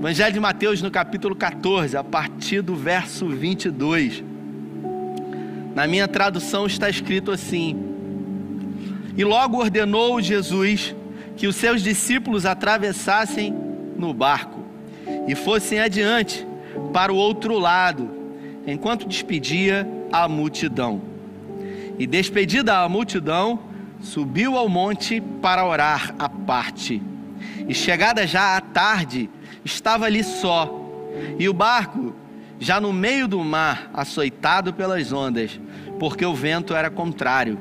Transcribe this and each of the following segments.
Evangelho de Mateus, no capítulo 14, a partir do verso 22. Na minha tradução está escrito assim: E logo ordenou Jesus que os seus discípulos atravessassem no barco e fossem adiante para o outro lado, enquanto despedia a multidão. E despedida a multidão, subiu ao monte para orar à parte. E chegada já à tarde, estava ali só, e o barco já no meio do mar, açoitado pelas ondas, porque o vento era contrário.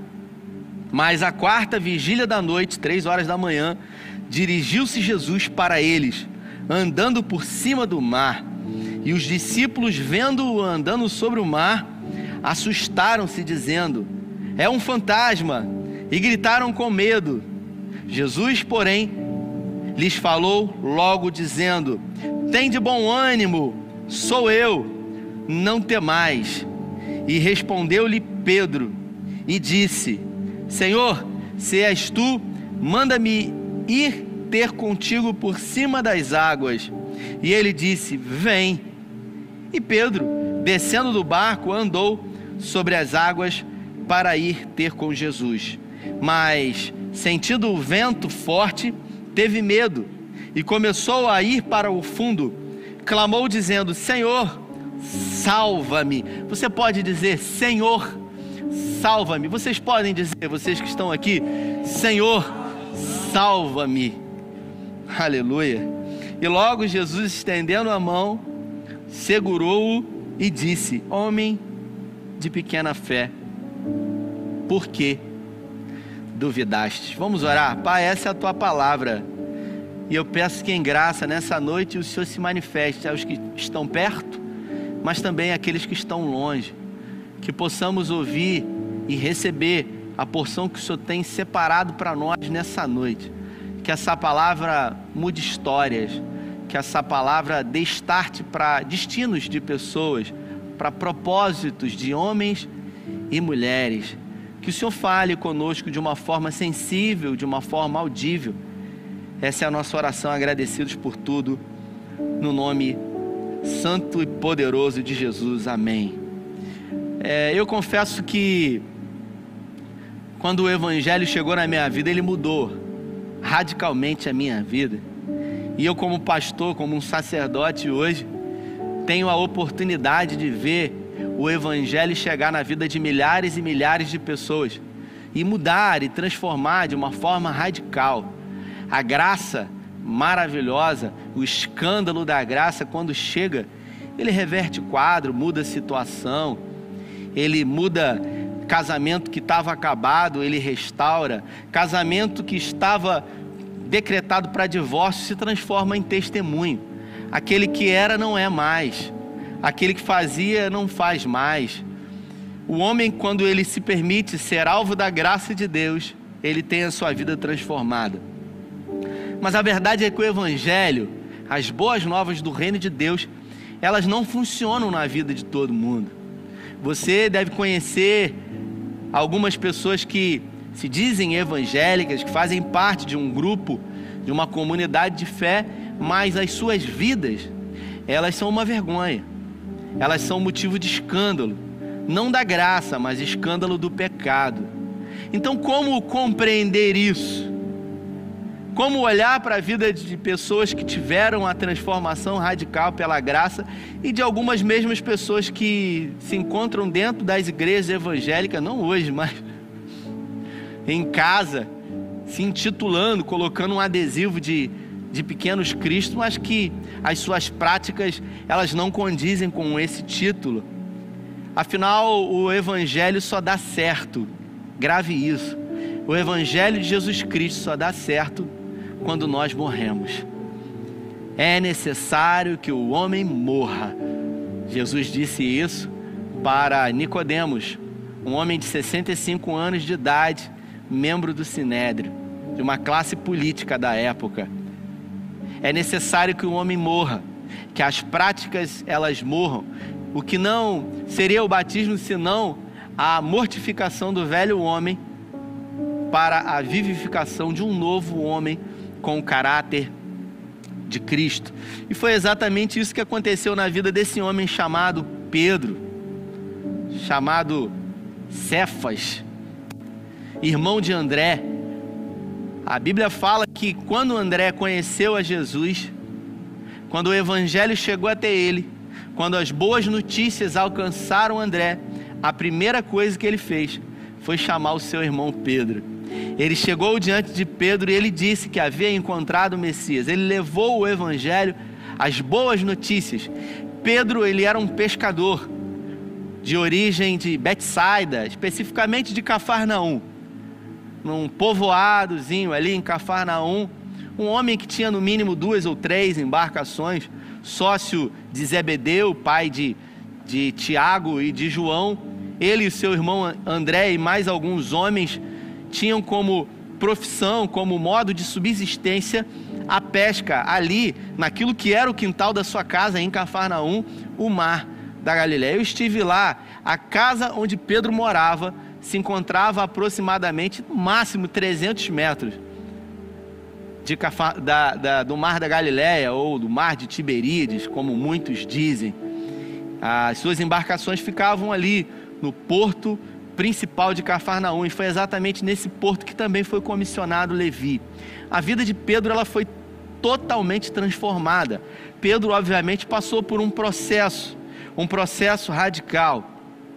Mas à quarta vigília da noite, 3 horas da manhã, dirigiu-se Jesus para eles, andando por cima do mar. E os discípulos, vendo-o andando sobre o mar, assustaram-se, dizendo: é um fantasma, e gritaram com medo. Jesus, porém, lhes falou logo, dizendo: tende bom ânimo, sou eu, não temais. E respondeu-lhe Pedro e disse: Senhor, se és tu, manda-me ir ter contigo por cima das águas. E ele disse: vem. E Pedro, descendo do barco, andou sobre as águas para ir ter com Jesus. Mas, sentindo o vento forte, teve medo e começou a ir para o fundo. Clamou dizendo: Senhor, salva-me. Você pode dizer: Senhor, salva-me. Vocês podem dizer, vocês que estão aqui: Senhor, salva-me. Aleluia. E logo Jesus, estendendo a mão, segurou-o e disse: homem de pequena fé, por que duvidaste? Vamos orar. Pai, essa é a tua palavra, e eu peço que em graça nessa noite o Senhor se manifeste aos que estão perto, mas também àqueles que estão longe, que possamos ouvir e receber a porção que o Senhor tem separado para nós nessa noite. Que essa palavra mude histórias, que essa palavra dê start para destinos de pessoas, para propósitos de homens e mulheres. Que o Senhor fale conosco de uma forma sensível, de uma forma audível. Essa é a nossa oração, agradecidos por tudo, no nome santo e poderoso de Jesus, amém. Eu confesso que quando o Evangelho chegou na minha vida, ele mudou radicalmente a minha vida. E eu, como pastor, como um sacerdote hoje, tenho a oportunidade de ver o Evangelho chegar na vida de milhares e milhares de pessoas e mudar e transformar de uma forma radical. A graça maravilhosa, o escândalo da graça, quando chega, ele reverte quadro, muda a situação, ele muda casamento que estava acabado, ele restaura, casamento que estava decretado para divórcio se transforma em testemunho. Aquele que era não é mais, aquele que fazia não faz mais. O homem, quando ele se permite ser alvo da graça de Deus, ele tem a sua vida transformada. Mas a verdade é que o Evangelho, as boas novas do reino de Deus, elas não funcionam na vida de todo mundo. Você deve conhecer algumas pessoas que se dizem evangélicas, que fazem parte de um grupo, de uma comunidade de fé, mas as suas vidas, elas são uma vergonha. Elas são motivo de escândalo, não da graça, mas escândalo do pecado. Então, como compreender isso? Como olhar para a vida de pessoas que tiveram a transformação radical pela graça e de algumas mesmas pessoas que se encontram dentro das igrejas evangélicas, não hoje, mas em casa, se intitulando, colocando um adesivo de pequenos cristos, mas que as suas práticas, elas não condizem com esse título. Afinal, o Evangelho só dá certo, grave isso, o Evangelho de Jesus Cristo só dá certo quando nós morremos. É necessário que o homem morra. Jesus disse isso para Nicodemos, um homem de 65 anos de idade, membro do Sinédrio, de uma classe política da época. É necessário que o homem morra, que as práticas elas morram. O que não seria o batismo senão a mortificação do velho homem para a vivificação de um novo homem com caráter de Cristo. E foi exatamente isso que aconteceu na vida desse homem chamado Pedro, chamado Cefas, irmão de André. A Bíblia fala que quando André conheceu a Jesus, quando o evangelho chegou até ele, quando as boas notícias alcançaram André, a primeira coisa que ele fez foi chamar o seu irmão Pedro. Ele chegou diante de Pedro e ele disse que havia encontrado o Messias. Ele levou o evangelho, as boas notícias. Pedro, ele era um pescador de origem de Betsaida, especificamente de Cafarnaum, num povoadozinho ali em Cafarnaum. Um homem que tinha no mínimo 2 ou 3 embarcações, sócio de Zebedeu, pai de Tiago e de João. Ele e seu irmão André e mais alguns homens tinham como profissão, como modo de subsistência, a pesca ali, naquilo que era o quintal da sua casa em Cafarnaum, o mar da Galileia. Eu estive lá. A casa onde Pedro morava se encontrava aproximadamente, no máximo, 300 metros do mar da Galileia, ou do mar de Tiberíades, como muitos dizem. As suas embarcações ficavam ali no porto principal de Cafarnaum, e foi exatamente nesse porto que também foi comissionado Levi. A vida de Pedro, ela foi totalmente transformada. Pedro, obviamente, passou por um processo radical.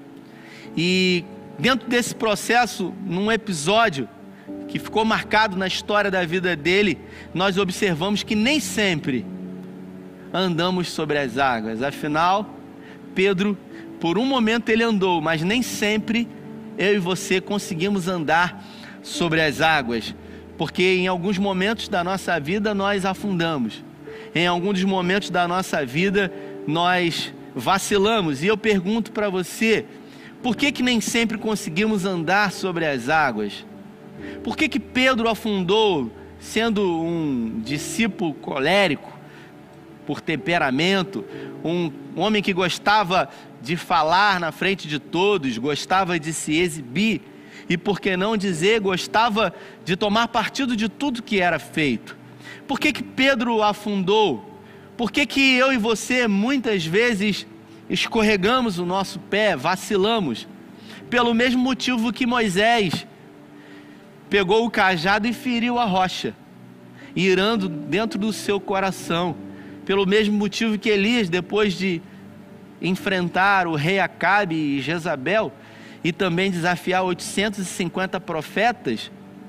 E dentro desse processo, num episódio que ficou marcado na história da vida dele, nós observamos que nem sempre andamos sobre as águas. Afinal, Pedro, por um momento ele andou, mas nem sempre eu e você conseguimos andar sobre as águas, porque em alguns momentos da nossa vida nós afundamos, em alguns dos momentos da nossa vida nós vacilamos. E eu pergunto para você, por que nem sempre conseguimos andar sobre as águas? Por que Pedro afundou, sendo um discípulo colérico por temperamento, um homem que gostava de falar na frente de todos, gostava de se exibir e, por que não dizer, gostava de tomar partido de tudo que era feito? Por que Pedro afundou? Por que eu e você muitas vezes escorregamos o nosso pé, vacilamos? Pelo mesmo motivo que Moisés pegou o cajado e feriu a rocha, irando dentro do seu coração. Pelo mesmo motivo que Elias, depois de enfrentar o rei Acabe e Jezabel, e também desafiar 850 profetas,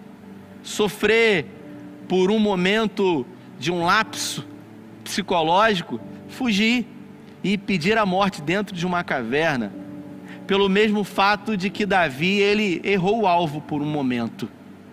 sofrer por um momento de um lapso psicológico, fugir e pedir a morte dentro de uma caverna. Pelo mesmo fato de que Davi, ele errou o alvo por um momento.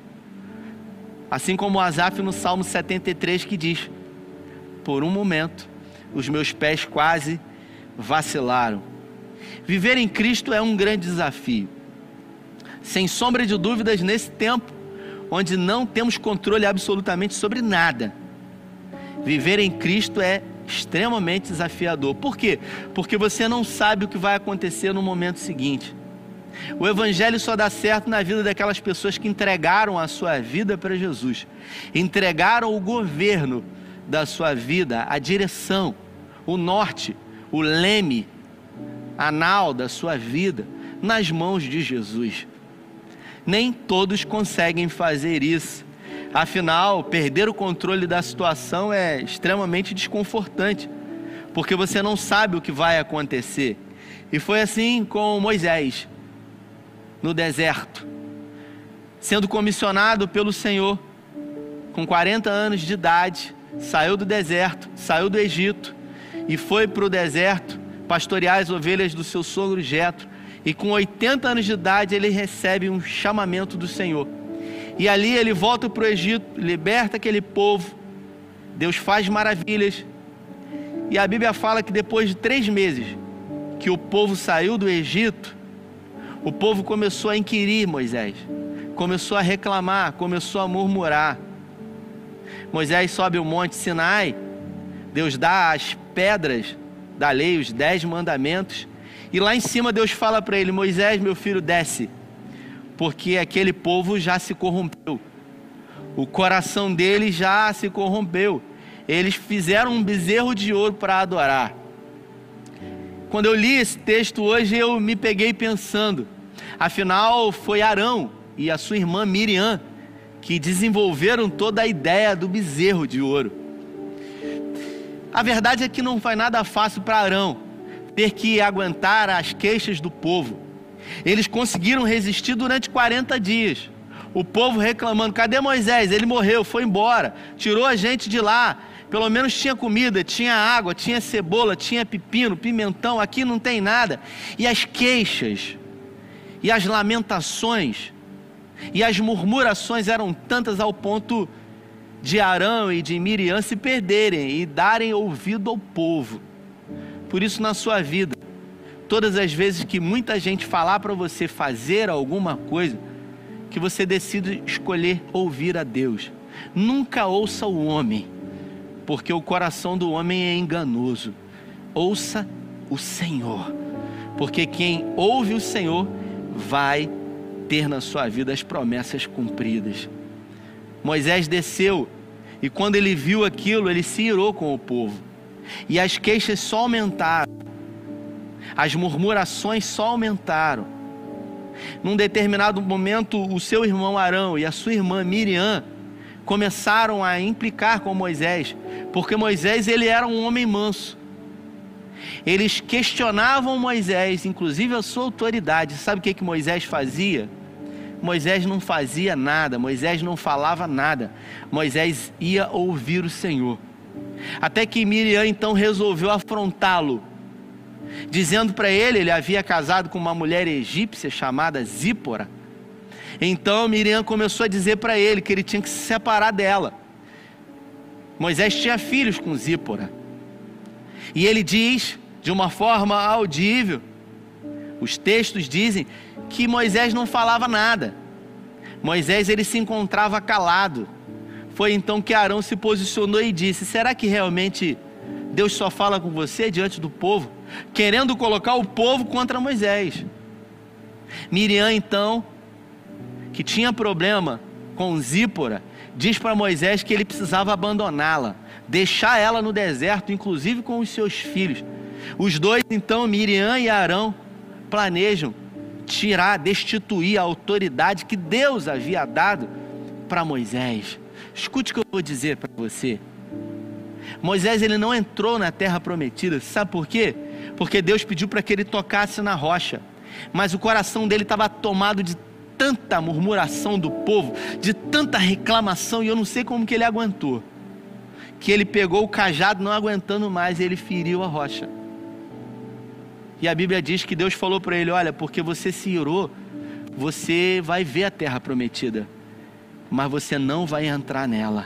Assim como Asaf no Salmo 73, que diz: por um momento os meus pés quase vacilaram. Viver em Cristo é um grande desafio. Sem sombra de dúvidas, nesse tempo onde não temos controle absolutamente sobre nada, viver em Cristo é extremamente desafiador. Por quê? Porque você não sabe o que vai acontecer no momento seguinte. O evangelho só dá certo na vida daquelas pessoas que entregaram a sua vida para Jesus, entregaram o governo da sua vida, a direção, o norte, o leme, a nau da sua vida nas mãos de Jesus. Nem todos conseguem fazer isso. Afinal, perder o controle da situação é extremamente desconfortante, porque você não sabe o que vai acontecer. E foi assim com Moisés, no deserto, sendo comissionado pelo Senhor, com 40 anos de idade, saiu do deserto, saiu do Egito, e foi para o deserto pastorear as ovelhas do seu sogro Jetro, e com 80 anos de idade ele recebe um chamamento do Senhor, e ali ele volta para o Egito, liberta aquele povo, Deus faz maravilhas, e a Bíblia fala que depois de 3 meses que o povo saiu do Egito, o povo começou a inquirir Moisés, começou a reclamar, começou a murmurar. Moisés sobe o monte Sinai, Deus dá as pedras da lei, os 10 mandamentos, e lá em cima Deus fala para ele: Moisés, meu filho, desce, porque aquele povo já se corrompeu, o coração dele já se corrompeu, eles fizeram um bezerro de ouro para adorar. Quando eu li esse texto hoje, eu me peguei pensando, afinal foi Arão e a sua irmã Miriam que desenvolveram toda a ideia do bezerro de ouro. A verdade é que não foi nada fácil para Arão ter que aguentar as queixas do povo. Eles conseguiram resistir durante 40 dias. O povo reclamando: cadê Moisés? Ele morreu, foi embora, tirou a gente de lá. Pelo menos tinha comida, tinha água, tinha cebola, tinha pepino, pimentão. Aqui não tem nada. E as queixas, e as lamentações, e as murmurações eram tantas ao ponto de Arão e de Miriam se perderem e darem ouvido ao povo. Por isso, na sua vida, todas as vezes que muita gente falar para você fazer alguma coisa, que você decida escolher ouvir a Deus. Nunca ouça o homem, porque o coração do homem é enganoso. Ouça o Senhor, porque quem ouve o Senhor vai ter na sua vida as promessas cumpridas. Moisés desceu e quando ele viu aquilo, ele se irou com o povo. E as queixas só aumentaram, as murmurações só aumentaram. Num determinado momento, o seu irmão Arão e a sua irmã Miriam começaram a implicar com Moisés, porque Moisés, ele era um homem manso. Eles questionavam Moisés, inclusive a sua autoridade. Sabe o que Moisés fazia? Moisés não fazia nada, Moisés não falava nada. Moisés ia ouvir o Senhor. Até que Miriam então resolveu afrontá-lo, dizendo para ele havia casado com uma mulher egípcia chamada Zípora. Então Miriam começou a dizer para ele que ele tinha que se separar dela. Moisés tinha filhos com Zípora. E ele diz, de uma forma audível, os textos dizem que Moisés não falava nada. Moisés, ele se encontrava calado. Foi então que Arão se posicionou e disse: será que realmente Deus só fala com você diante do povo? Querendo colocar o povo contra Moisés. Miriam então, que tinha problema com Zípora, diz para Moisés que ele precisava abandoná-la, deixar ela no deserto, inclusive com os seus filhos. Os dois então, Miriam e Arão, planejam destituir a autoridade que Deus havia dado para Moisés. Escute o que eu vou dizer para você. Moisés, ele não entrou na terra prometida. Sabe por quê? Porque Deus pediu para que ele tocasse na rocha, mas o coração dele estava tomado de tanta murmuração do povo, de tanta reclamação, e eu não sei como que ele aguentou, que ele pegou o cajado, não aguentando mais, e ele feriu a rocha. E a Bíblia diz que Deus falou para ele: olha, porque você se irou, você vai ver a terra prometida, mas você não vai entrar nela.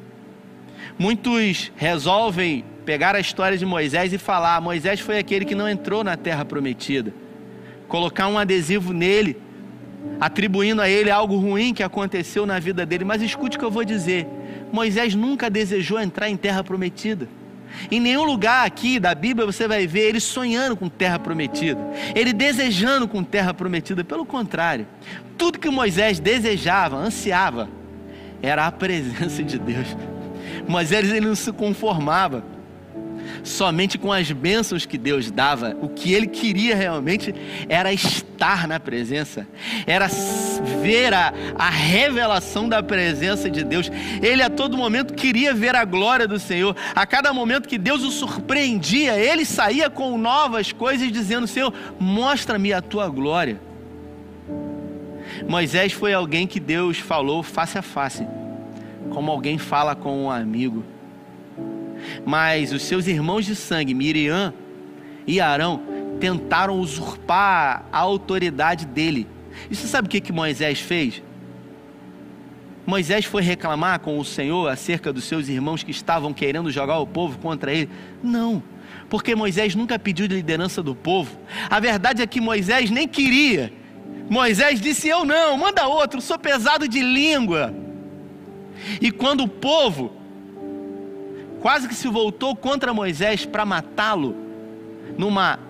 Muitos resolvem pegar a história de Moisés e falar: Moisés foi aquele que não entrou na terra prometida, colocar um adesivo nele, atribuindo a ele algo ruim que aconteceu na vida dele. Mas escute o que eu vou dizer: Moisés nunca desejou entrar em terra prometida. Em nenhum lugar aqui da Bíblia você vai ver ele sonhando com terra prometida, ele desejando com terra prometida. Pelo contrário, tudo que Moisés desejava, ansiava, era a presença de Deus. Moisés, ele não se conformava somente com as bênçãos que Deus dava. O que ele queria realmente era estar na presença, era ver a revelação da presença de Deus. Ele a todo momento queria ver a glória do Senhor. A cada momento que Deus o surpreendia, ele saía com novas coisas, dizendo: Senhor, mostra-me a tua glória. Moisés foi alguém que Deus falou face a face, como alguém fala com um amigo. Mas os seus irmãos de sangue, Miriam e Arão, tentaram usurpar a autoridade dele. E você sabe o que Moisés fez? Moisés foi reclamar com o Senhor acerca dos seus irmãos que estavam querendo jogar o povo contra ele? Não, porque Moisés nunca pediu liderança do povo. A verdade é que Moisés nem queria. Moisés disse: eu não, manda outro, sou pesado de língua. E quando o povo quase que se voltou contra Moisés para matá-lo, numa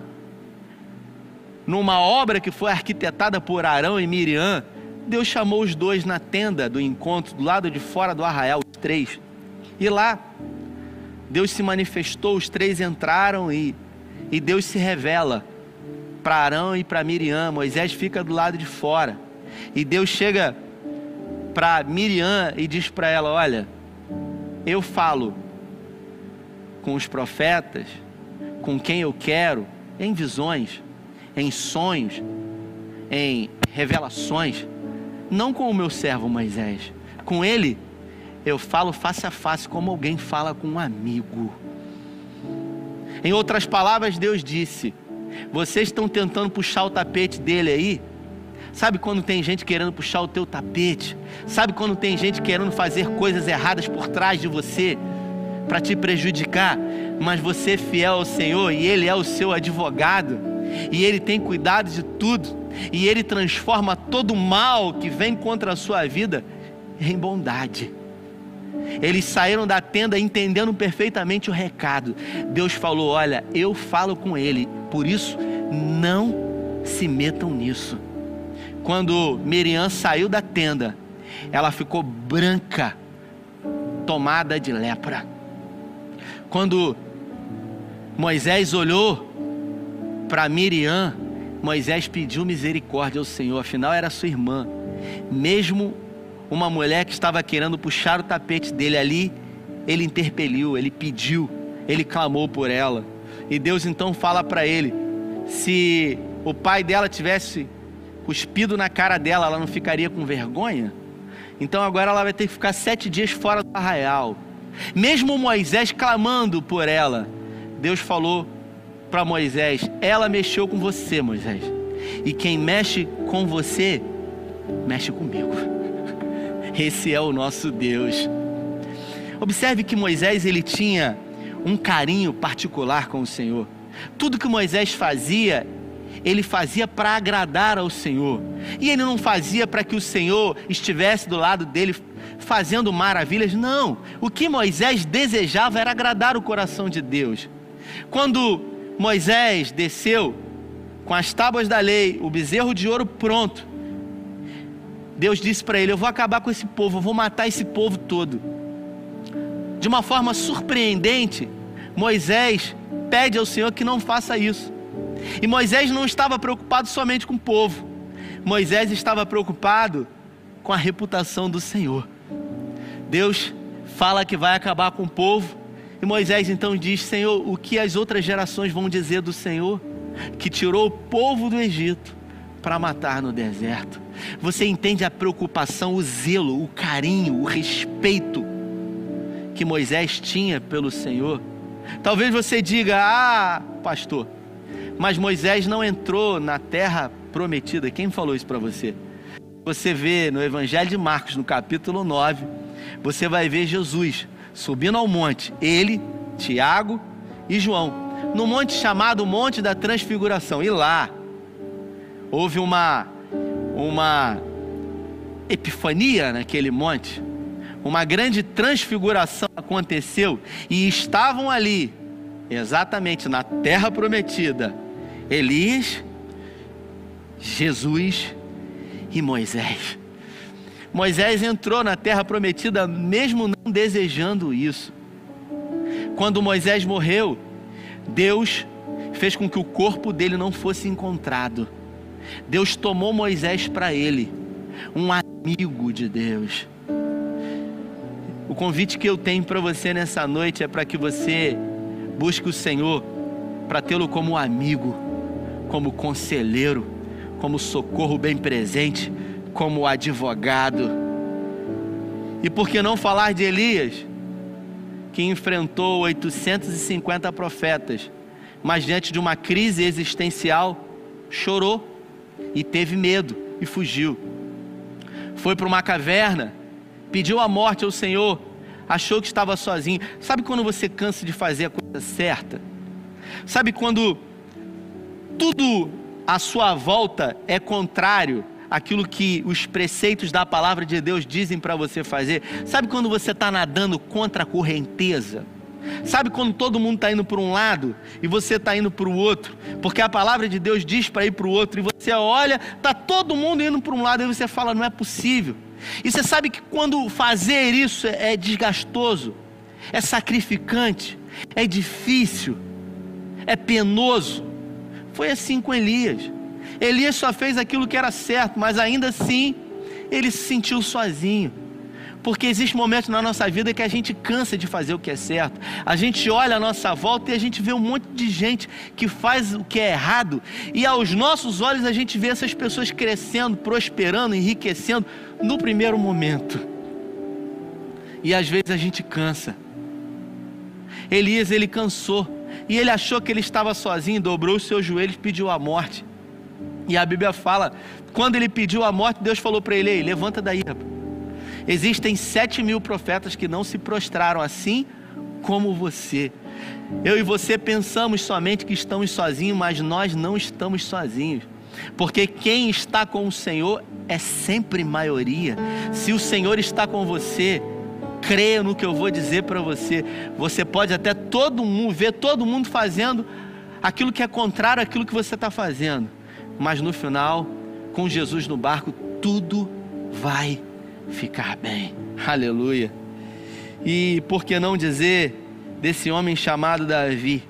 obra que foi arquitetada por Arão e Miriam, Deus chamou os dois na tenda do encontro, do lado de fora do arraial, os três. E lá, Deus se manifestou, os três entraram e Deus se revela para Arão e para Miriam. Moisés fica do lado de fora. E Deus chega para Miriam e diz para ela: olha, eu falo com os profetas, com quem eu quero, em visões, em sonhos, em revelações, não com o meu servo Moisés. Com ele eu falo face a face, como alguém fala com um amigo. Em outras palavras, Deus disse: vocês estão tentando puxar o tapete dele aí? Sabe quando tem gente querendo puxar o teu tapete? Sabe quando tem gente querendo fazer coisas erradas por trás de você, para te prejudicar? Mas você é fiel ao Senhor e Ele é o seu advogado, e Ele tem cuidado de tudo, e Ele transforma todo o mal que vem contra a sua vida em bondade. Eles saíram da tenda entendendo perfeitamente o recado. Deus falou: olha, eu falo com ele, por isso não se metam nisso. Quando Miriam saiu da tenda, ela ficou branca, tomada de lepra. Quando Moisés olhou para Miriam, Moisés pediu misericórdia ao Senhor, afinal era sua irmã. Mesmo uma mulher que estava querendo puxar o tapete dele ali, ele interpeliu, ele pediu, ele clamou por ela. E Deus então fala para ele: se o pai dela tivesse cuspido na cara dela, ela não ficaria com vergonha? Então agora ela vai ter que ficar 7 dias fora do arraial. Mesmo Moisés clamando por ela, Deus falou para Moisés: ela mexeu com você, Moisés, e quem mexe com você, mexe comigo. Esse é o nosso Deus. Observe que Moisés, ele tinha um carinho particular com o Senhor. Tudo que Moisés fazia, ele fazia para agradar ao Senhor. E ele não fazia para que o Senhor estivesse do lado dele fazendo maravilhas, não. O que Moisés desejava era agradar o coração de Deus. Quando Moisés desceu com as tábuas da lei, o bezerro de ouro pronto, Deus disse para ele: eu vou acabar com esse povo, eu vou matar esse povo todo. De uma forma surpreendente, Moisés pede ao Senhor que não faça isso. E Moisés não estava preocupado somente com o povo, Moisés estava preocupado com a reputação do Senhor. Deus fala que vai acabar com o povo, e Moisés então diz: Senhor, o que as outras gerações vão dizer do Senhor, que tirou o povo do Egito para matar no deserto? Você entende a preocupação, o zelo, o carinho, o respeito que Moisés tinha pelo Senhor? Talvez você diga: ah, pastor, mas Moisés não entrou na terra prometida. Quem falou isso para você? Você vê no Evangelho de Marcos, no capítulo 9, você vai ver Jesus subindo ao monte, ele, Tiago e João, no monte chamado Monte da Transfiguração. E lá houve uma epifania naquele monte, uma grande transfiguração aconteceu, e estavam ali, exatamente na terra prometida, Elias, Jesus e Moisés. Moisés entrou na terra prometida mesmo não desejando isso. Quando Moisés morreu, Deus fez com que o corpo dele não fosse encontrado. Deus tomou Moisés para ele, um amigo de Deus. O convite que eu tenho para você nessa noite é para que você busque o Senhor, para tê-lo como amigo, como conselheiro, como socorro bem presente, como advogado. E por que não falar de Elias, que enfrentou 850 profetas, mas diante de uma crise existencial, chorou e teve medo e fugiu. Foi para uma caverna, pediu a morte ao Senhor, achou que estava sozinho. Sabe quando você cansa de fazer a coisa certa? Sabe quando tudo à sua volta é contrário àquilo que os preceitos da palavra de Deus dizem para você fazer? Sabe quando você está nadando contra a correnteza? Sabe quando todo mundo está indo para um lado e você está indo para o outro, porque a palavra de Deus diz para ir para o outro, e você olha, está todo mundo indo para um lado, e você fala: não é possível. E você sabe que quando fazer isso é desgastoso, é sacrificante, é difícil, é penoso. Foi assim com Elias. Elias só fez aquilo que era certo, mas ainda assim ele se sentiu sozinho. Porque existem momentos na nossa vida que a gente cansa de fazer o que é certo. A gente olha à nossa volta e a gente vê um monte de gente que faz o que é errado. E aos nossos olhos a gente vê essas pessoas crescendo, prosperando, enriquecendo no primeiro momento. E às vezes a gente cansa. Elias, ele cansou. E ele achou que ele estava sozinho, dobrou os seus joelhos e pediu a morte. E a Bíblia fala, quando ele pediu a morte, Deus falou para ele: ei, levanta daí, rapaz. Existem 7.000 profetas que não se prostraram assim como você. Eu e você pensamos somente que estamos sozinhos, mas nós não estamos sozinhos. Porque quem está com o Senhor é sempre maioria. Se o Senhor está com você, creia no que eu vou dizer para você. Você pode até ver todo mundo fazendo aquilo que é contrário àquilo que você está fazendo. Mas no final, com Jesus no barco, tudo vai ficar bem. Aleluia. E por que não dizer desse homem chamado Davi?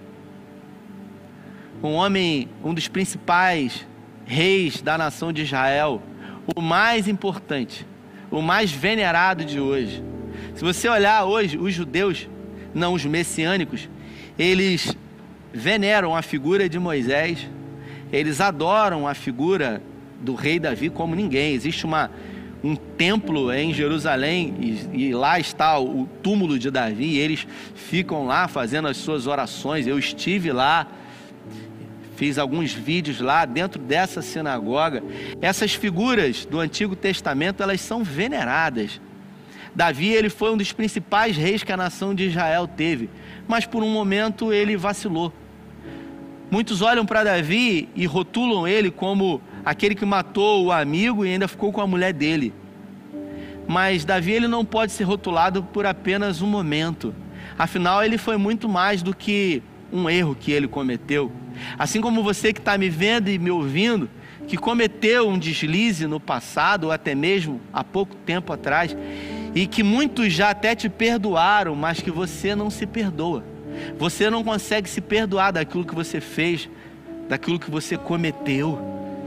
Um dos principais reis da nação de Israel, o mais importante, o mais venerado de hoje. Se você olhar hoje, os judeus, não os messiânicos, eles veneram a figura de Moisés, eles adoram a figura do rei Davi como ninguém. Existe um templo em Jerusalém e lá está o túmulo de Davi, e eles ficam lá fazendo as suas orações. Eu estive lá, fiz alguns vídeos lá dentro dessa sinagoga. Essas figuras do Antigo Testamento, elas são veneradas. Davi, ele foi um dos principais reis que a nação de Israel teve, mas por um momento ele vacilou. Muitos olham para Davi e rotulam ele como aquele que matou o amigo e ainda ficou com a mulher dele. Mas Davi, ele não pode ser rotulado por apenas um momento. Afinal, ele foi muito mais do que um erro que ele cometeu. Assim como você que está me vendo e me ouvindo, que cometeu um deslize no passado, ou até mesmo há pouco tempo atrás, e que muitos já até te perdoaram, mas que você não se perdoa. Você não consegue se perdoar daquilo que você fez, daquilo que você cometeu.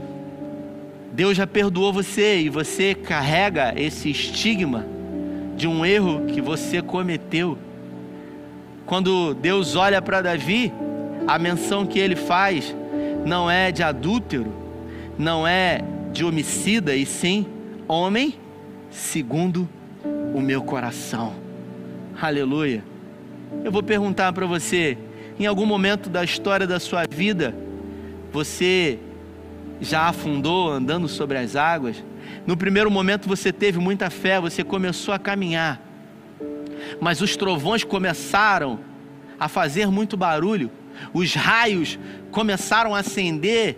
Deus já perdoou você e você carrega esse estigma de um erro que você cometeu. Quando Deus olha para Davi, a menção que ele faz não é de adúltero, não é de homicida, e sim homem segundo o meu coração. Aleluia. Eu vou perguntar para você, em algum momento da história da sua vida, você já afundou andando sobre as águas? No primeiro momento você teve muita fé, você começou a caminhar, mas os trovões começaram a fazer muito barulho, os raios começaram a acender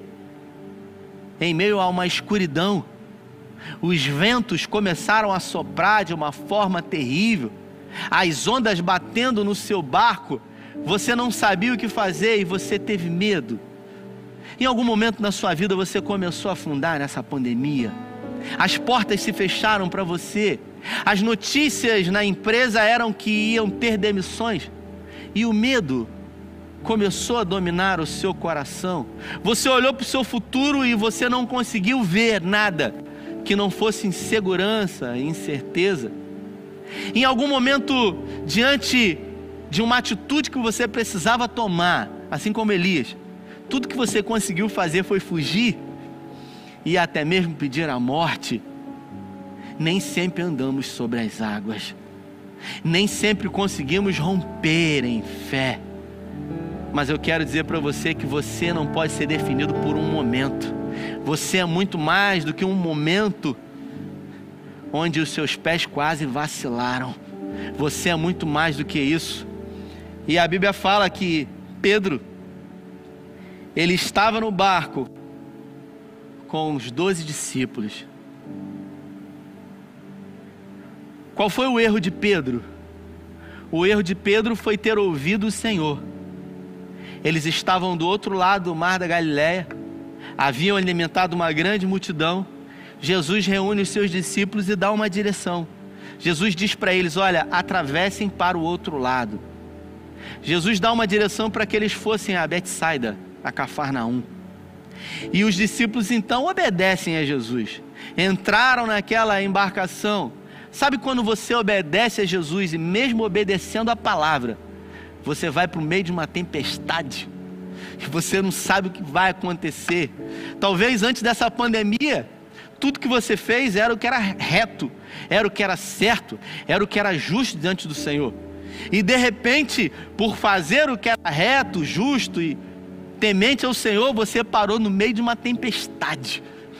em meio a uma escuridão, os ventos começaram a soprar de uma forma terrível, as ondas batendo no seu barco, você não sabia o que fazer e você teve medo. Em algum momento na sua vida você começou a afundar nessa pandemia, as portas se fecharam para você, as notícias na empresa eram que iam ter demissões, e o medo começou a dominar o seu coração. Você olhou para o seu futuro e você não conseguiu ver nada que não fosse insegurança e incerteza. Em algum momento, diante de uma atitude que você precisava tomar, assim como Elias, tudo que você conseguiu fazer foi fugir e até mesmo pedir a morte. Nem sempre andamos sobre as águas, nem sempre conseguimos romper em fé, mas eu quero dizer para você que você não pode ser definido por um momento. Você é muito mais do que um momento onde os seus pés quase vacilaram. Você é muito mais do que isso. E a Bíblia fala que Pedro, ele estava no barco com os 12 discípulos. Qual foi o erro de Pedro? O erro de Pedro foi ter ouvido o Senhor. Eles estavam do outro lado do mar da Galileia, haviam alimentado uma grande multidão. Jesus reúne os seus discípulos e dá uma direção. Jesus diz para eles: olha, atravessem para o outro lado. Jesus dá uma direção para que eles fossem a Betsaida, a Cafarnaum. E os discípulos então obedecem a Jesus. Entraram naquela embarcação. Sabe quando você obedece a Jesus e mesmo obedecendo a palavra, você vai para o meio de uma tempestade e você não sabe o que vai acontecer? Talvez antes dessa pandemia, tudo que você fez era o que era reto, era o que era certo, era o que era justo diante do Senhor. E de repente, por fazer o que era reto, justo e temente ao Senhor, você parou no meio de uma tempestade.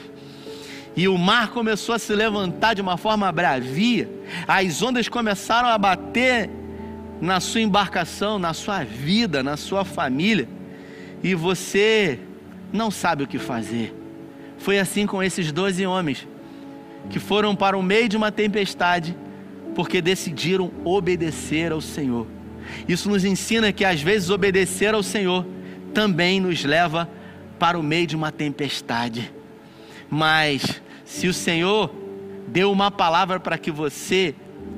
E o mar começou a se levantar de uma forma bravia. As ondas começaram a bater na sua embarcação, na sua vida, na sua família. E você não sabe o que fazer. Foi assim com esses 12 homens, que foram para o meio de uma tempestade, porque decidiram obedecer ao Senhor. Isso nos ensina que às vezes obedecer ao Senhor também nos leva para o meio de uma tempestade. Mas se o Senhor deu uma palavra para que você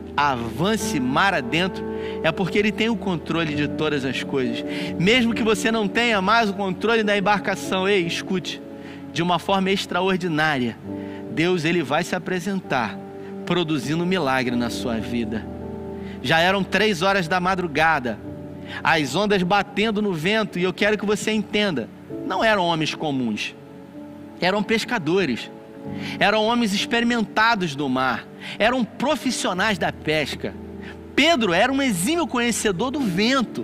avance mar adentro, é porque Ele tem o controle de todas as coisas. Mesmo que você não tenha mais o controle da embarcação, ei, escute, de uma forma extraordinária, Deus Ele vai se apresentar, produzindo um milagre na sua vida. Já eram 3 horas da madrugada, as ondas batendo no vento, e eu quero que você entenda, não eram homens comuns, eram pescadores, eram homens experimentados do mar, eram profissionais da pesca. Pedro era um exímio conhecedor do vento,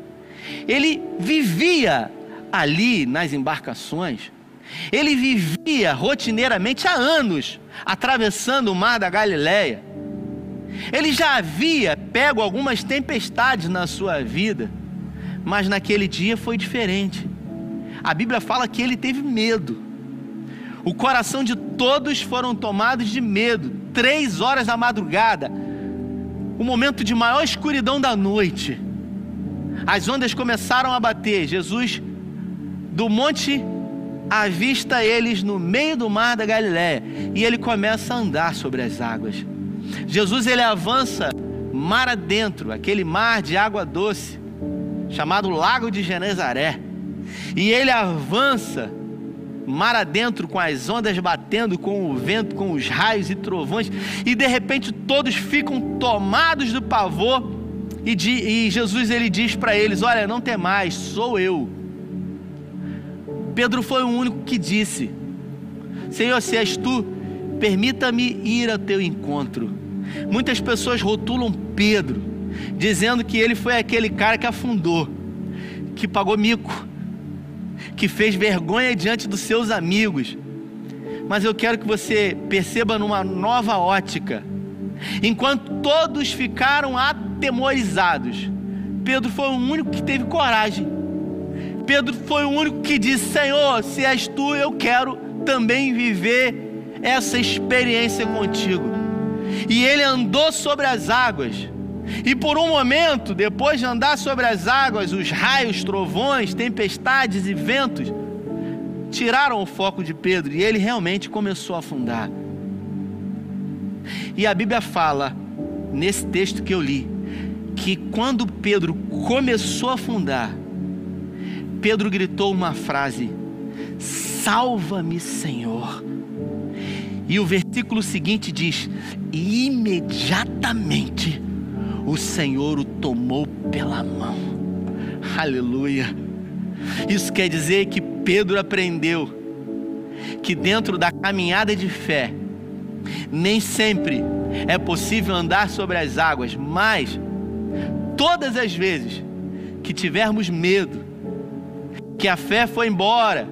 ele vivia ali nas embarcações, ele vivia rotineiramente há anos, atravessando o mar da Galileia. Ele já havia pego algumas tempestades na sua vida, mas naquele dia foi diferente. A Bíblia fala que ele teve medo. O coração de todos foram tomados de medo. 3 horas da madrugada, o momento de maior escuridão da noite, as ondas começaram a bater. Jesus, do monte, avista eles no meio do mar da Galileia, e ele começa a andar sobre as águas. Jesus, ele avança mar adentro, aquele mar de água doce, chamado Lago de Genezaré, e ele avança mar adentro, com as ondas batendo, com o vento, com os raios e trovões, e de repente todos ficam tomados do pavor, e Jesus, ele diz para eles: olha, não temais, sou eu. Pedro foi o único que disse: Senhor, se és tu, permita-me ir ao teu encontro. Muitas pessoas rotulam Pedro, dizendo que ele foi aquele cara que afundou, que pagou mico, que fez vergonha diante dos seus amigos. Mas eu quero que você perceba numa nova ótica. Enquanto todos ficaram atemorizados, Pedro foi o único que teve coragem. Pedro foi o único que disse: Senhor, se és tu, eu quero também viver essa experiência contigo. E ele andou sobre as águas, e por um momento, depois de andar sobre as águas, os raios, trovões, tempestades e ventos tiraram o foco de Pedro, e ele realmente começou a afundar. E a Bíblia fala, nesse texto que eu li, que quando Pedro começou a afundar, Pedro gritou uma frase: salva-me, Senhor. E o versículo seguinte diz: e imediatamente o Senhor o tomou pela mão. Aleluia. Isso quer dizer que Pedro aprendeu que dentro da caminhada de fé, nem sempre é possível andar sobre as águas, mas todas as vezes que tivermos medo, que a fé foi embora,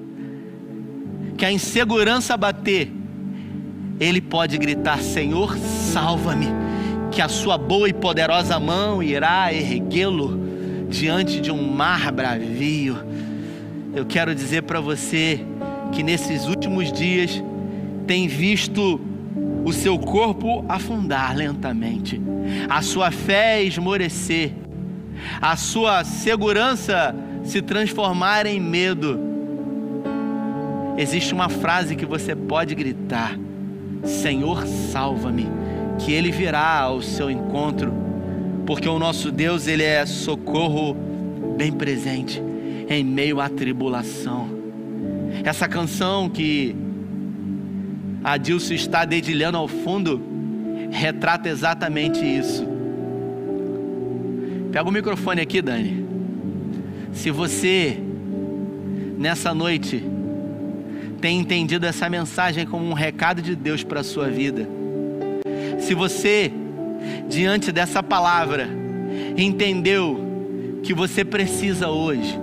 que a insegurança bater, ele pode gritar: Senhor, salva-me, que a sua boa e poderosa mão irá erguê-lo diante de um mar bravio. Eu quero dizer para você que nesses últimos dias tem visto o seu corpo afundar lentamente, a sua fé esmorecer, a sua segurança se transformar em medo. Existe uma frase que você pode gritar: Senhor, salva-me, que Ele virá ao seu encontro porque o nosso Deus, Ele é socorro bem presente em meio à tribulação. Essa canção que a Dilson está dedilhando ao fundo retrata exatamente isso. Pega o microfone aqui, Dani. Se você nessa noite tem entendido essa mensagem como um recado de Deus para a sua vida, se você, diante dessa palavra, entendeu que você precisa hoje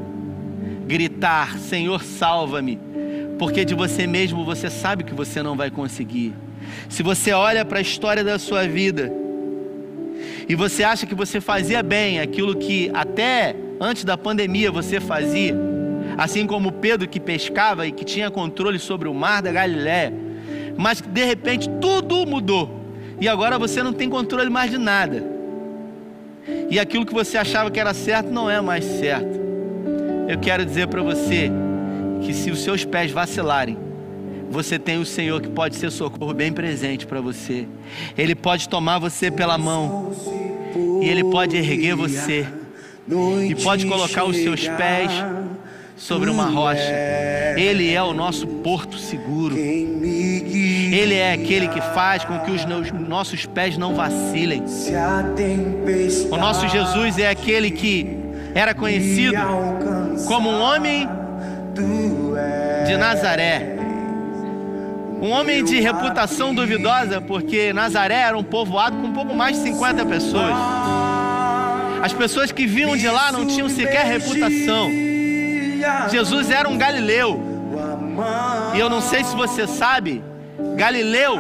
gritar: Senhor, salva-me, porque de você mesmo você sabe que você não vai conseguir. Se você olha para a história da sua vida e você acha que você fazia bem aquilo que até antes da pandemia você fazia, assim como Pedro, que pescava e que tinha controle sobre o mar da Galileia, mas de repente tudo mudou e agora você não tem controle mais de nada, e aquilo que você achava que era certo não é mais certo. Eu quero dizer para você que se os seus pés vacilarem, você tem o Senhor que pode ser socorro bem presente para você. Ele pode tomar você pela mão e Ele pode erguer você e pode colocar os seus pés sobre uma rocha. Ele é o nosso porto seguro. Ele é aquele que faz com que os nossos pés não vacilem. O nosso Jesus é aquele que era conhecido como um homem de Nazaré, um homem de reputação duvidosa, porque Nazaré era um povoado com um pouco mais de 50 pessoas. As pessoas que vinham de lá não tinham sequer reputação. Jesus era um galileu, e eu não sei se você sabe, Galileu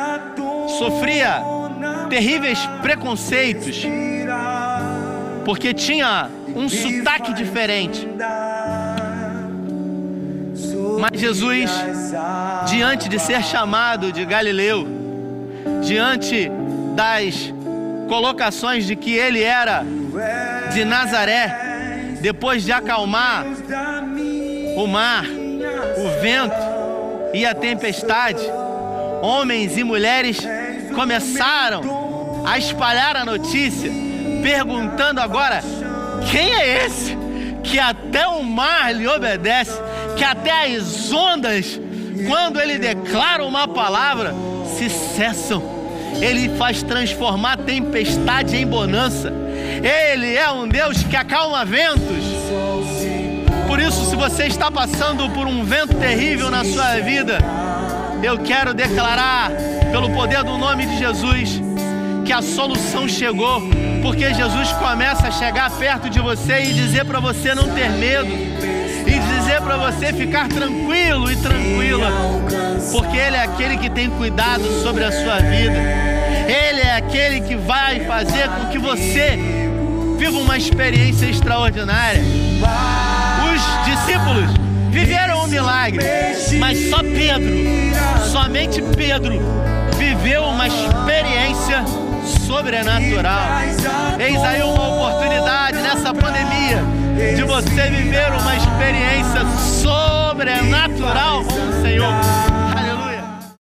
sofria terríveis preconceitos, porque tinha um sotaque diferente. Mas Jesus, diante de ser chamado de Galileu, diante das colocações de que ele era de Nazaré, depois de acalmar o mar, o vento e a tempestade, homens e mulheres começaram a espalhar a notícia, perguntando agora: quem é esse que até o mar lhe obedece, que até as ondas, quando ele declara uma palavra, se cessam? Ele faz transformar tempestade em bonança. Ele é um Deus que acalma ventos. Por isso, se você está passando por um vento terrível na sua vida, eu quero declarar, pelo poder do nome de Jesus, que a solução chegou, porque Jesus começa a chegar perto de você e dizer para você não ter medo, e dizer para você ficar tranquilo e tranquila, porque Ele é aquele que tem cuidado sobre a sua vida. Ele é aquele que vai fazer com que você viva uma experiência extraordinária. Os discípulos viveram um milagre, mas só Pedro, somente Pedro, viveu uma experiência sobrenatural. Eis aí uma oportunidade nessa pandemia de você viver uma experiência sobrenatural com o Senhor.